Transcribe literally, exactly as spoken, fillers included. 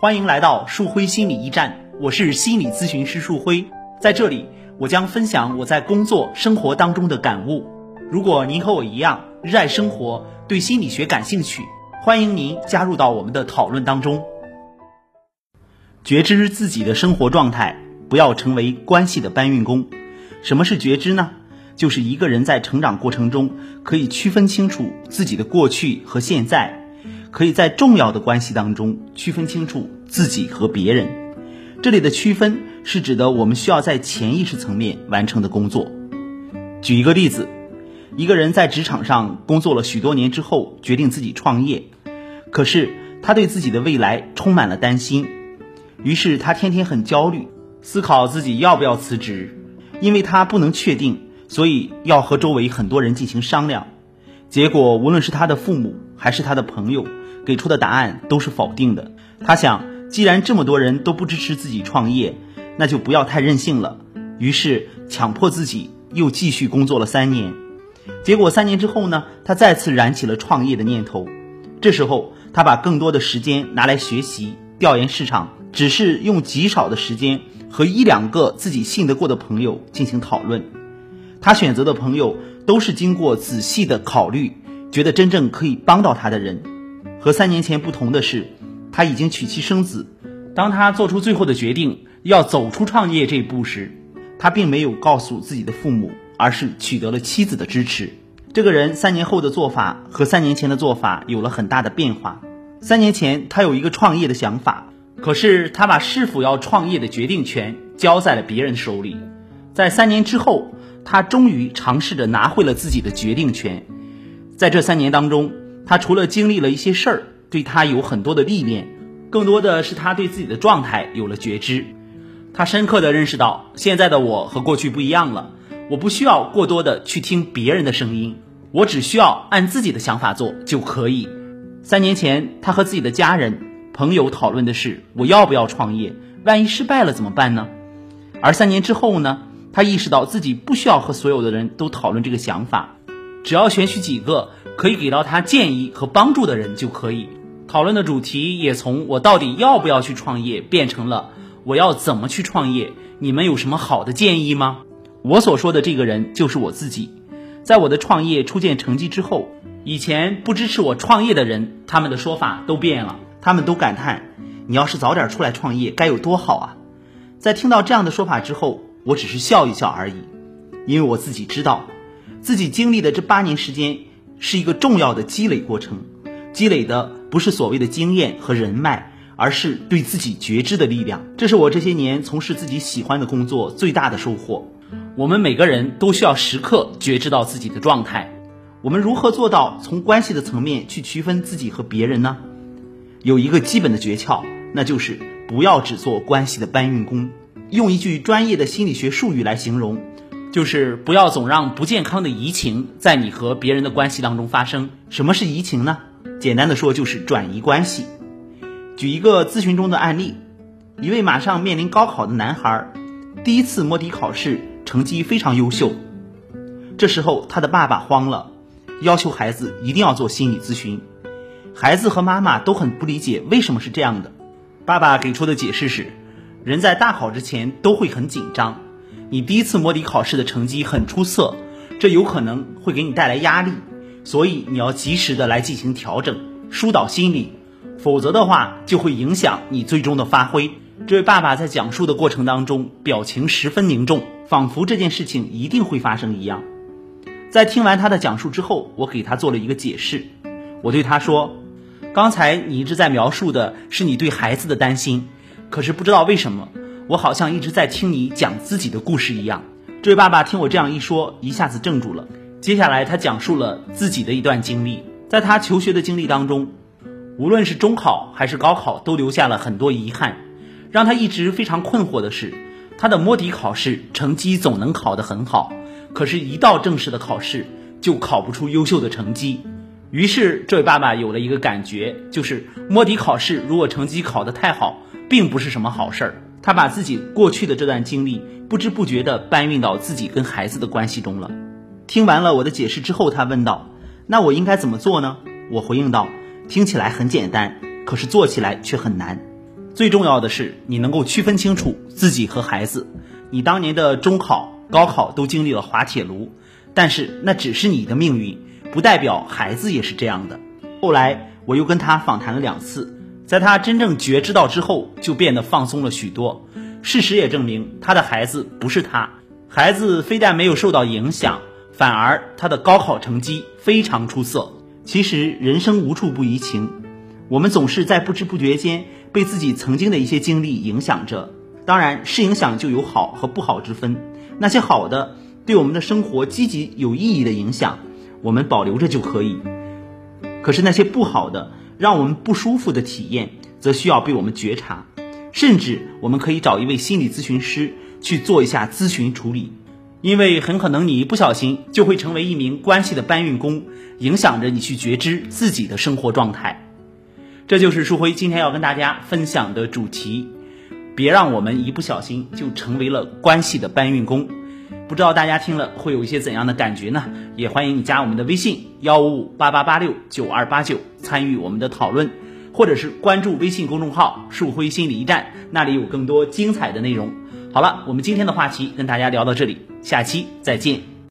欢迎来到树辉心理驿站，我是心理咨询师树辉。在这里，我将分享我在工作生活当中的感悟。如果您和我一样热爱生活，对心理学感兴趣，欢迎您加入到我们的讨论当中。觉知自己的生活状态，不要成为关系的搬运工。什么是觉知呢？就是一个人在成长过程中可以区分清楚自己的过去和现在，可以在重要的关系当中区分清楚自己和别人。这里的区分是指的我们需要在潜意识层面完成的工作。举一个例子，一个人在职场上工作了许多年之后，决定自己创业，可是他对自己的未来充满了担心，于是他天天很焦虑，思考自己要不要辞职。因为他不能确定，所以要和周围很多人进行商量。结果无论是他的父母还是他的朋友给出的答案都是否定的。他想，既然这么多人都不支持自己创业，那就不要太任性了。于是强迫自己又继续工作了三年。结果三年之后呢，他再次燃起了创业的念头。这时候他把更多的时间拿来学习调研市场，只是用极少的时间和一两个自己信得过的朋友进行讨论。他选择的朋友都是经过仔细的考虑，觉得真正可以帮到他的人。和三年前不同的是，他已经娶妻生子。当他做出最后的决定，要走出创业这一步时，他并没有告诉自己的父母，而是取得了妻子的支持。这个人三年后的做法和三年前的做法有了很大的变化。三年前他有一个创业的想法，可是他把是否要创业的决定权交在了别人手里。在三年之后，他终于尝试着拿回了自己的决定权。在这三年当中，他除了经历了一些事儿，对他有很多的历练，更多的是他对自己的状态有了觉知。他深刻地认识到，现在的我和过去不一样了，我不需要过多的去听别人的声音，我只需要按自己的想法做就可以。三年前，他和自己的家人、朋友讨论的是，我要不要创业，万一失败了怎么办呢？而三年之后呢，他意识到自己不需要和所有的人都讨论这个想法，只要选取几个可以给到他建议和帮助的人就可以。讨论的主题也从我到底要不要去创业变成了我要怎么去创业，你们有什么好的建议吗？我所说的这个人就是我自己。在我的创业初见成绩之后，以前不支持我创业的人，他们的说法都变了，他们都感叹，你要是早点出来创业该有多好啊。在听到这样的说法之后，我只是笑一笑而已，因为我自己知道，自己经历的这八年时间是一个重要的积累过程，积累的不是所谓的经验和人脉，而是对自己觉知的力量。这是我这些年从事自己喜欢的工作最大的收获。我们每个人都需要时刻觉知到自己的状态。我们如何做到从关系的层面去区分自己和别人呢？有一个基本的诀窍，那就是不要只做关系的搬运工。用一句专业的心理学术语来形容，就是不要总让不健康的移情在你和别人的关系当中发生。什么是移情呢？简单的说就是转移关系。举一个咨询中的案例，一位马上面临高考的男孩，第一次摸底考试成绩非常优秀。这时候他的爸爸慌了，要求孩子一定要做心理咨询。孩子和妈妈都很不理解为什么是这样的。爸爸给出的解释是，人在大考之前都会很紧张，你第一次摸底考试的成绩很出色，这有可能会给你带来压力，所以你要及时的来进行调整，疏导心理，否则的话就会影响你最终的发挥。这位爸爸在讲述的过程当中表情十分凝重，仿佛这件事情一定会发生一样。在听完他的讲述之后，我给他做了一个解释。我对他说，刚才你一直在描述的是你对孩子的担心，可是不知道为什么，我好像一直在听你讲自己的故事一样。这位爸爸听我这样一说，一下子怔住了。接下来他讲述了自己的一段经历。在他求学的经历当中，无论是中考还是高考，都留下了很多遗憾。让他一直非常困惑的是，他的摸底考试成绩总能考得很好，可是一到正式的考试就考不出优秀的成绩。于是这位爸爸有了一个感觉，就是摸底考试如果成绩考得太好，并不是什么好事儿。他把自己过去的这段经历不知不觉地搬运到自己跟孩子的关系中了。听完了我的解释之后，他问道，那我应该怎么做呢？我回应道，听起来很简单，可是做起来却很难。 最重要的是你能够区分清楚自己和孩子。你当年的中考、高考都经历了滑铁卢，但是那只是你的命运，不代表孩子也是这样的。后来我又跟他访谈了两次，在他真正觉知到之后，就变得放松了许多。事实也证明，他的孩子不是他，孩子非但没有受到影响，反而他的高考成绩非常出色。其实人生无处不移情，我们总是在不知不觉间被自己曾经的一些经历影响着。当然是影响就有好和不好之分，那些好的对我们的生活积极有意义的影响，我们保留着就可以。可是那些不好的让我们不舒服的体验，则需要被我们觉察，甚至我们可以找一位心理咨询师去做一下咨询处理。因为很可能你一不小心就会成为一名关系的搬运工，影响着你去觉知自己的生活状态。这就是树辉今天要跟大家分享的主题，别让我们一不小心就成为了关系的搬运工。不知道大家听了会有一些怎样的感觉呢？也欢迎你加我们的微信幺五五八八八六九二八九参与我们的讨论，或者是关注微信公众号树辉心理驿站，那里有更多精彩的内容。好了，我们今天的话题跟大家聊到这里，下期再见。